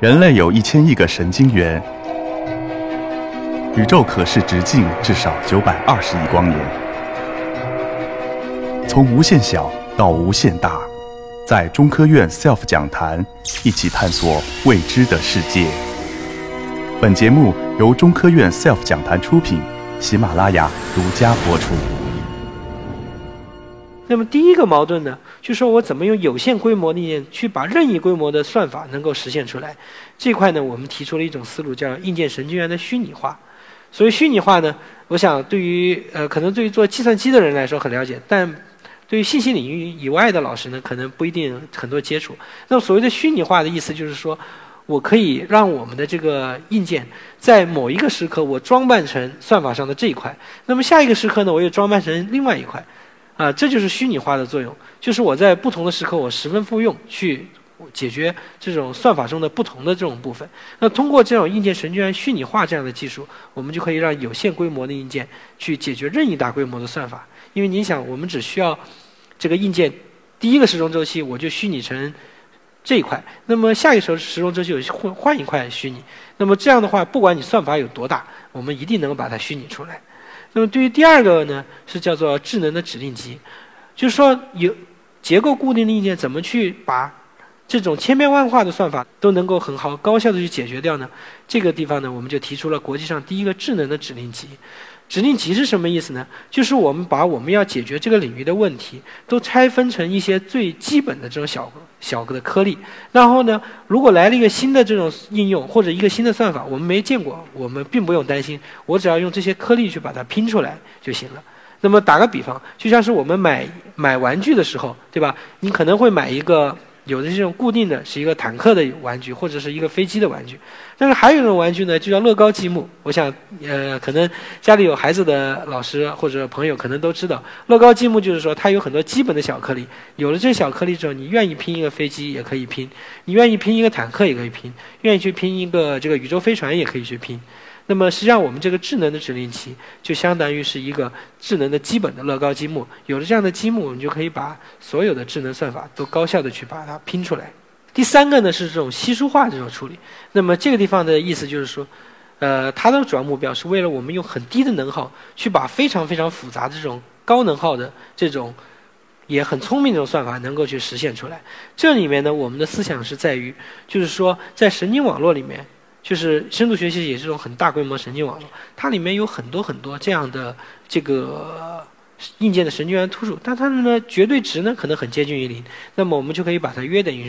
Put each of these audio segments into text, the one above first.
人类有1000亿个神经元，宇宙可视直径至少920亿光年。从无限小到无限大，在中科院 SELF 讲坛一起探索未知的世界。本节目由中科院 SELF 讲坛出品，喜马拉雅独家播出。 那么第一个矛盾呢，就是说我怎么用有限规模的硬件去把任意规模的算法能够实现出来。这块呢，我们提出了一种思路，叫硬件神经元的虚拟化。所谓虚拟化呢，我想对于可能对于做计算机的人来说很了解，但对于信息领域以外的老师呢，可能不一定很多接触。那么所谓的虚拟化的意思就是说，我可以让我们的这个硬件在某一个时刻我装扮成算法上的这一块，那么下一个时刻呢，我又装扮成另外一块。这就是虚拟化的作用，就是我在不同的时刻我十分复用去解决这种算法中的不同的这种部分。那通过这种硬件神经元虚拟化这样的技术，我们就可以让有限规模的硬件去解决任意大规模的算法。因为你想，我们只需要这个硬件第一个时钟周期我就虚拟成这一块，那么下一个时钟周期我换一块虚拟，那么这样的话，不管你算法有多大，我们一定能够把它虚拟出来。那么对于第二个呢，是叫做智能的指令集，就是说有结构固定的硬件怎么去把这种千变万化的算法都能够很好高效的去解决掉呢？这个地方呢，我们就提出了国际上第一个智能的指令集。指令集是什么意思呢？就是我们把我们要解决这个领域的问题都拆分成一些最基本的这种小个的颗粒，然后呢，如果来了一个新的这种应用或者一个新的算法，我们没见过，我们并不用担心，我只要用这些颗粒去把它拼出来就行了。那么打个比方，就像是我们买玩具的时候，对吧？你可能会买一个有的这种固定的是一个坦克的玩具，或者是一个飞机的玩具，但是还有一种玩具呢，就叫乐高积木。我想可能家里有孩子的老师或者朋友可能都知道，乐高积木就是说它有很多基本的小颗粒，有了这些小颗粒之后，你愿意拼一个飞机也可以拼，你愿意拼一个坦克也可以拼，愿意去拼一个这个宇宙飞船也可以去拼。那么实际上我们这个智能的指令集就相当于是一个智能的基本的乐高积木，有了这样的积木，我们就可以把所有的智能算法都高效的去把它拼出来。第三个呢是这种稀疏化这种处理。那么这个地方的意思就是说它的主要目标是为了我们用很低的能耗去把非常非常复杂的这种高能耗的这种也很聪明的这种算法能够去实现出来。这里面呢，我们的思想是在于，就是说在神经网络里面，就是深度学习也是这种很大规模神经网络，它里面有很多很多这样的这个硬件的神经元突触，但它们的绝对值呢可能很接近于0，那么我们就可以把它约等于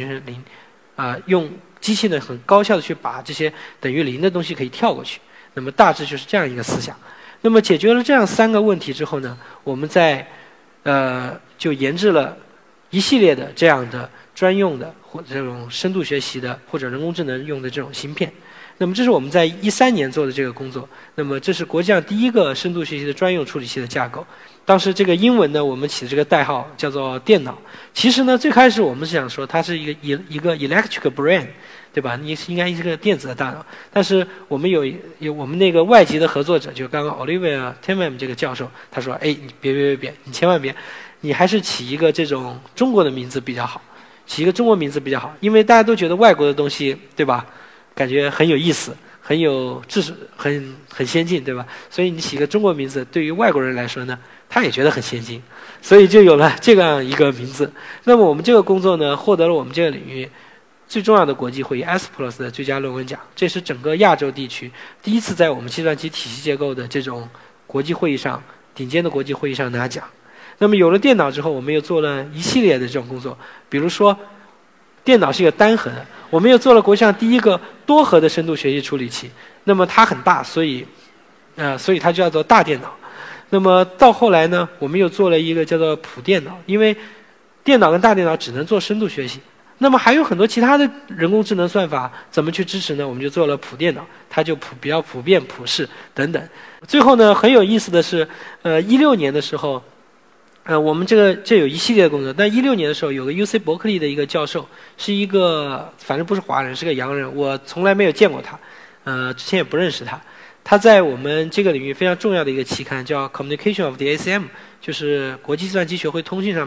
0，用机器呢很高效的去把这些等于0的东西可以跳过去。那么大致就是这样一个思想。那么解决了这样3个问题之后呢，我们就研制了一系列的这样的专用的或者这种深度学习的或者人工智能用的这种芯片。那么这是我们在2013年做的这个工作。那么这是国际上第一个深度学习的专用处理器的架构。当时这个英文呢，我们起的这个代号叫做电脑。其实呢，最开始我们是想说它是一个 electric brain， 对吧？你应该是个电子的大脑。但是我们有我们那个外籍的合作者，就刚刚 Olivia Timam 这个教授，他说：“哎，你别，你千万别，你还是起一个这种中国的名字比较好，起一个中国名字比较好，因为大家都觉得外国的东西，对吧？感觉很有意思，很有知识，很先进，对吧？所以你起个中国名字，对于外国人来说呢，他也觉得很先进，所以就有了这样一个名字。那么我们这个工作呢，获得了我们这个领域最重要的国际会议 ASPLOS 的最佳论文奖，这是整个亚洲地区第一次在我们计算机体系结构的这种国际会议上，顶尖的国际会议上拿奖。那么有了电脑之后，我们又做了一系列的这种工作，比如说电脑是一个单核的，我们又做了国际上第一个多核的深度学习处理器。那么它很大，所以它就叫做大电脑。那么到后来呢，我们又做了一个叫做普电脑，因为电脑跟大电脑只能做深度学习，那么还有很多其他的人工智能算法怎么去支持呢？我们就做了普电脑，它就比较普遍、普适等等。最后呢，很有意思的是，16年的时候，我们这有一系列的工作，但16年的时候，有个 UC 伯克利的一个教授，是一个反正不是华人，是个洋人，我从来没有见过他，之前也不认识他。他在我们这个领域非常重要的一个期刊叫 Communication of the ACM， 就是国际计算机学会通讯上面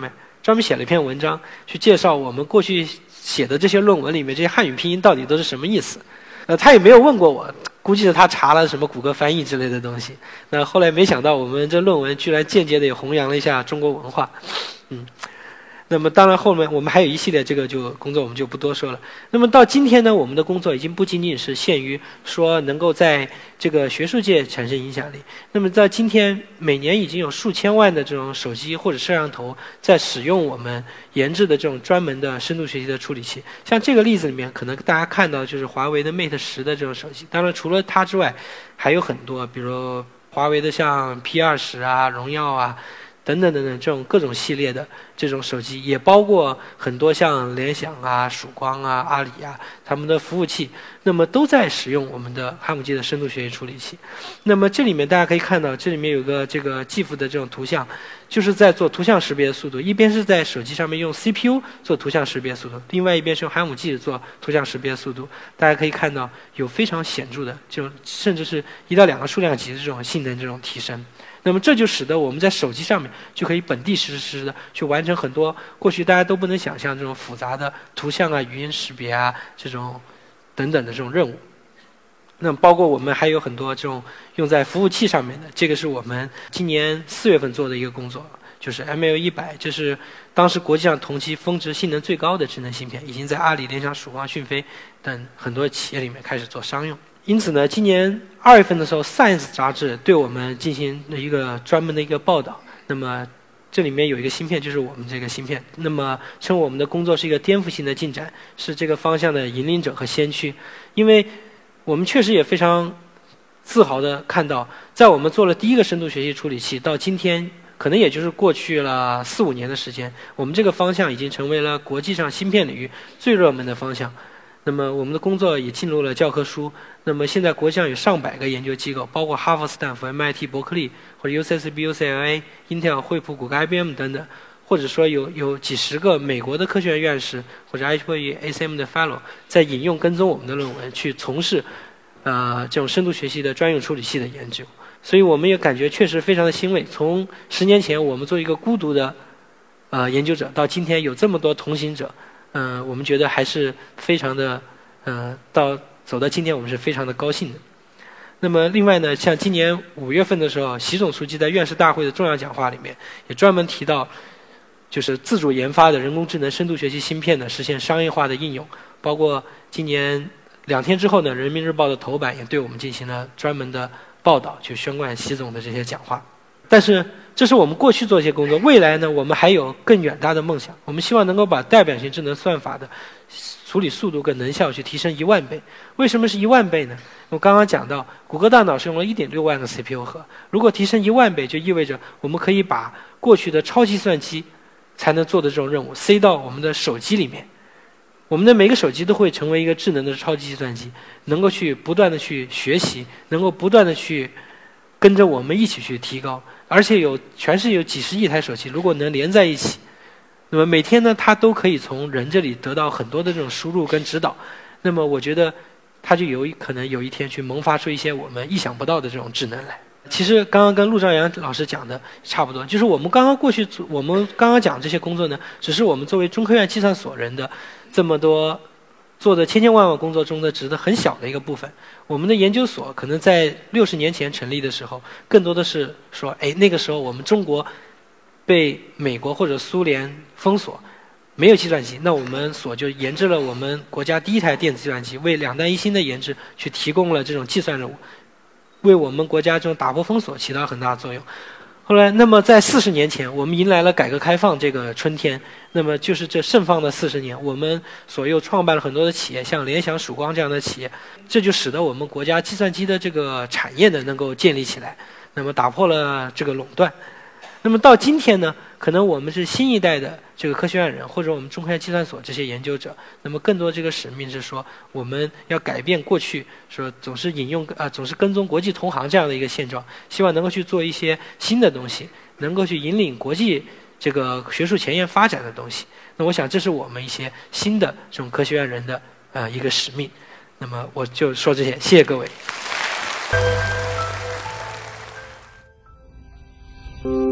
专门写了一篇文章，去介绍我们过去写的这些论文里面这些汉语拼音到底都是什么意思。他也没有问过我，估计是他查了什么谷歌翻译之类的东西。那后来没想到我们这论文居然间接的也弘扬了一下中国文化，那么当然后面我们还有一系列这个工作我们就不多说了。那么到今天呢，我们的工作已经不仅仅是限于说能够在这个学术界产生影响力。那么在今天，每年已经有数千万的这种手机或者摄像头在使用我们研制的这种专门的深度学习的处理器。像这个例子里面，可能大家看到就是华为的 Mate 10的这种手机。当然除了它之外，还有很多，比如华为的像 P20啊、荣耀啊。等等等等，这种各种系列的这种手机，也包括很多像联想啊、曙光啊、阿里啊，他们的服务器，那么都在使用我们的汉姆基的深度学习处理器。那么这里面大家可以看到，这里面有个这个 GIF 的这种图像，就是在做图像识别速度，一边是在手机上面用 CPU 做图像识别速度，另外一边是用汉姆基做图像识别速度。大家可以看到有非常显著的这种，甚至是1到2个数量级的这种性能这种提升。那么这就使得我们在手机上面就可以本地实时的去完成很多过去大家都不能想象这种复杂的图像啊、语音识别啊这种等等的这种任务。那么包括我们还有很多这种用在服务器上面的，这个是我们今年4月份做的一个工作，就是 ML100， 这是当时国际上同期峰值性能最高的智能芯片，已经在阿里、联想、曙光、讯飞等很多企业里面开始做商用。因此呢，今年2月份的时候 ，Science 杂志对我们进行了一个专门的一个报道。那么这里面有一个芯片，就是我们这个芯片。那么称我们的工作是一个颠覆性的进展，是这个方向的引领者和先驱。因为我们确实也非常自豪地看到，在我们做了第一个深度学习处理器到今天，可能也就是过去了4、5年的时间，我们这个方向已经成为了国际上芯片领域最热门的方向。那么我们的工作也进入了教科书。那么现在国际上有上百个研究机构，包括哈佛、斯坦福、MIT、伯克利或者 UCSB、UCLA、Intel、惠普、谷歌、IBM 等等，或者说有几十个美国的科学院院士或者 IEEE、ACM 的 Fellow 在引用跟踪我们的论文去从事这种深度学习的专用处理器的研究。所以我们也感觉确实非常的欣慰。从10年前我们做一个孤独的研究者，到今天有这么多同行者。我们觉得还是非常的，走到今天，我们是非常的高兴的。那么，另外呢，像今年5月份的时候，习总书记在院士大会的重要讲话里面，也专门提到，就是自主研发的人工智能深度学习芯片呢，实现商业化的应用。包括今年2天之后呢，《人民日报》的头版也对我们进行了专门的报道，去宣贯习总的这些讲话。但是这是我们过去做一些工作，未来呢，我们还有更远大的梦想。我们希望能够把代表性智能算法的处理速度跟能效去提升1万倍。为什么是1万倍呢？我刚刚讲到，谷歌大脑是用了1.6万个 CPU 核，如果提升1万倍，就意味着我们可以把过去的超计算机才能做的这种任务塞到我们的手机里面。我们的每个手机都会成为一个智能的超级计算机，能够去不断的去学习，能够不断的去跟着我们一起去提高。而且全是有几十亿台手机，如果能连在一起，那么每天呢，它都可以从人这里得到很多的这种输入跟指导。那么我觉得，它就可能有一天去萌发出一些我们意想不到的这种智能来。其实刚刚跟陆兆阳老师讲的差不多，就是我们刚刚讲这些工作呢，只是我们作为中科院计算所人的这么多做的千万工作中的只是很小的一个部分。我们的研究所可能在60年前成立的时候，更多的是说，那个时候我们中国被美国或者苏联封锁，没有计算机，那我们所就研制了我们国家第一台电子计算机，为2弹1星的研制去提供了这种计算任务，为我们国家这种打破封锁起到很大的作用。后来，那么在40年前，我们迎来了改革开放这个春天。那么就是这盛放的40年，我们所又创办了很多的企业，像联想、曙光这样的企业，这就使得我们国家计算机的这个产业呢能够建立起来，那么打破了这个垄断。那么到今天呢，可能我们是新一代的这个科学院人，或者我们中科院计算所这些研究者，那么更多这个使命是说，我们要改变过去说总是总是跟踪国际同行这样的一个现状，希望能够去做一些新的东西，能够去引领国际这个学术前沿发展的东西。那我想这是我们一些新的这种科学院人的一个使命。那么我就说这些，谢谢各位。